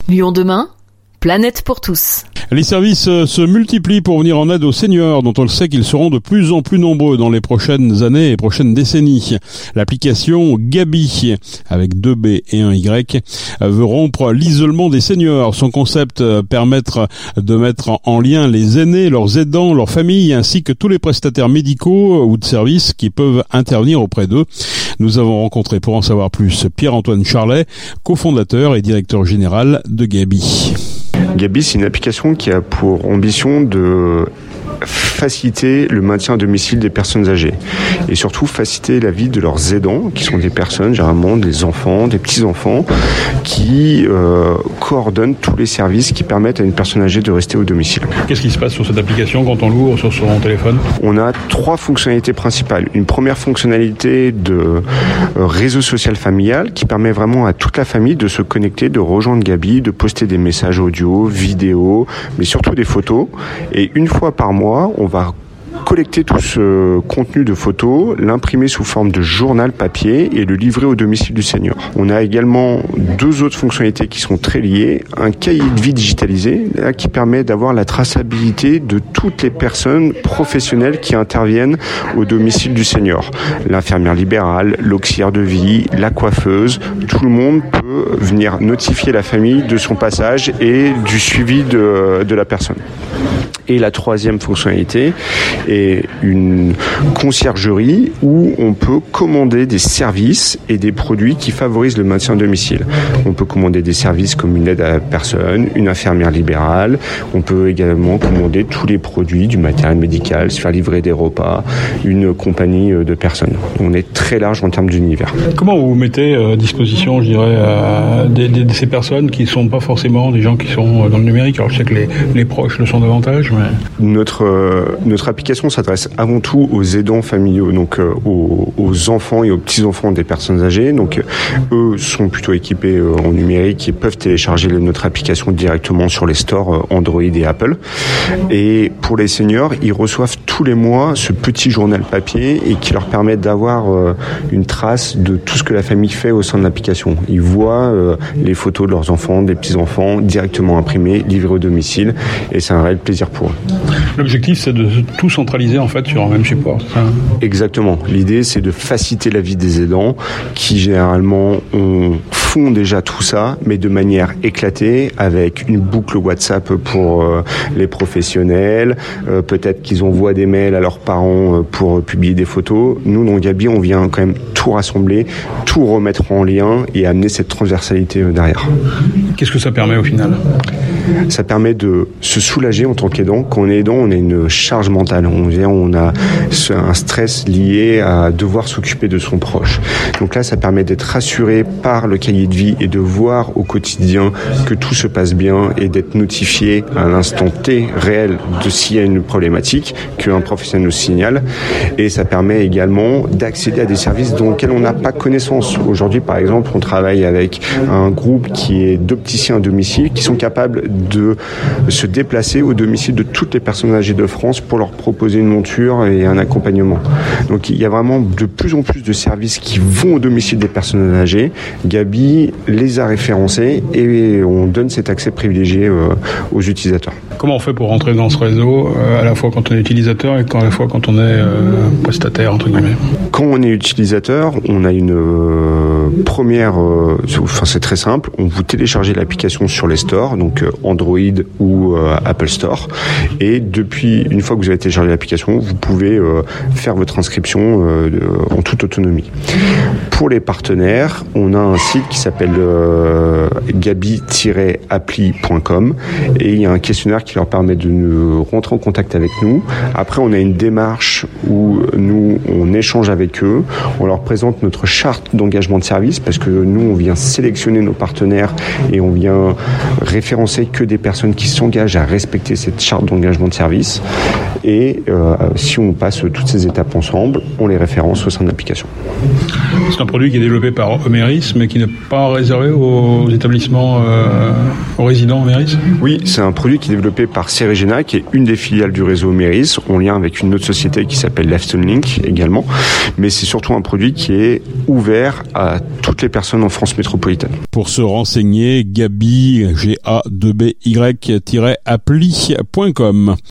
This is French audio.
Lyon demain, planète pour tous. Les services se multiplient pour venir en aide aux seniors, dont on le sait qu'ils seront de plus en plus nombreux dans les prochaines années et prochaines décennies. L'application Gabi, avec 2 B et 1 Y, veut rompre l'isolement des seniors. Son concept permettre de mettre en lien les aînés, leurs aidants, leurs familles, ainsi que tous les prestataires médicaux ou de services qui peuvent intervenir auprès d'eux. Nous avons rencontré, pour en savoir plus, Pierre-Antoine Charlet, cofondateur et directeur général de Gabi. Gabi, c'est une application qui a pour ambition de faciliter le maintien à domicile des personnes âgées et surtout faciliter la vie de leurs aidants, qui sont des personnes, généralement des enfants, des petits-enfants, qui coordonnent tous les services qui permettent à une personne âgée de rester au domicile. Qu'est-ce qui se passe sur cette application quand on l'ouvre sur son téléphone ? On a 3 fonctionnalités principales. Une première fonctionnalité de réseau social familial qui permet vraiment à toute la famille de se connecter, de rejoindre Gabi, de poster des messages audio, vidéo, mais surtout des photos. Et une fois par mois, on va collecter tout ce contenu de photos, l'imprimer sous forme de journal papier et le livrer au domicile du senior. On a également 2 autres fonctionnalités qui sont très liées. Un cahier de vie digitalisé là, qui permet d'avoir la traçabilité de toutes les personnes professionnelles qui interviennent au domicile du senior. L'infirmière libérale, l'auxiliaire de vie, la coiffeuse, tout le monde peut venir notifier la famille de son passage et du suivi de la personne. Et la 3e fonctionnalité est une conciergerie où on peut commander des services et des produits qui favorisent le maintien à domicile. On peut commander des services comme une aide à la personne, une infirmière libérale. On peut également commander tous les produits du matériel médical, se faire livrer des repas, une compagnie de personnes. On est très large en termes d'univers. Comment vous mettez à disposition, je dirais, de ces personnes qui ne sont pas forcément des gens qui sont dans le numérique ? Alors je sais que les proches le sont davantage, mais... Notre application s'adresse avant tout aux aidants familiaux, donc aux enfants et aux petits-enfants des personnes âgées. Donc eux sont plutôt équipés en numérique et peuvent télécharger notre application directement sur les stores Android et Apple. Et pour les seniors, ils reçoivent tous les mois ce petit journal papier et qui leur permet d'avoir une trace de tout ce que la famille fait au sein de l'application. Ils voient les photos de leurs enfants, des petits-enfants directement imprimées, livrées au domicile et c'est un réel plaisir pour eux. L'objectif, c'est de tout centraliser en fait sur un même support, c'est ça ? Exactement. L'idée, c'est de faciliter la vie des aidants qui généralement font déjà tout ça, mais de manière éclatée, avec une boucle WhatsApp pour les professionnels, peut-être qu'ils envoient des mails à leurs parents pour publier des photos. Nous, dans Gabi, on vient quand même tout rassembler, tout remettre en lien et amener cette transversalité derrière. Qu'est-ce que ça permet au final ? Ça permet de se soulager en tant qu'aidant. Quand on est aidant, on a une charge mentale. On a un stress lié à devoir s'occuper de son proche. Donc là, ça permet d'être rassuré par le cahier de vie et de voir au quotidien que tout se passe bien et d'être notifié à l'instant T réel de s'il y a une problématique, qu'un professionnel nous signale. Et ça permet également d'accéder à des services dont lesquels on n'a pas connaissance. Aujourd'hui, par exemple, on travaille avec un groupe qui est d'opticiens à domicile qui sont capables de se déplacer au domicile de toutes les personnes âgées de France pour leur proposer une monture et un accompagnement. Donc il y a vraiment de plus en plus de services qui vont au domicile des personnes âgées. Gabi les a référencés et on donne cet accès privilégié aux utilisateurs. Comment on fait pour rentrer dans ce réseau, à la fois quand on est utilisateur et à la fois quand on est prestataire, entre guillemets ? Quand on est utilisateur, on a une première... c'est très simple. Vous téléchargez l'application sur les stores, donc Android ou Apple Store. Et depuis, une fois que vous avez téléchargé l'application, vous pouvez faire votre inscription en toute autonomie. Pour les partenaires, on a un site qui s'appelle gabi-appli.com et il y a un questionnaire qui leur permet de rentrer en contact avec nous. Après, on a une démarche où nous, on échange avec eux, on leur présente notre charte d'engagement de service parce que nous, on vient sélectionner nos partenaires et on vient référencer que des personnes qui s'engagent à respecter cette charte d'engagement de service. Et si on passe toutes ces étapes ensemble, on les référence au sein de l'application. C'est un produit qui est développé par Omeris, mais qui n'est pas réservé aux établissements aux résidents Méris ? Oui, c'est un produit qui est développé par Ceregena, qui est une des filiales du réseau Méris, en lien avec une autre société qui s'appelle Lifestone Link également. Mais c'est surtout un produit qui est ouvert à toutes les personnes en France métropolitaine. Pour se renseigner, Gaby, G-A-2-B-Y-appli.com.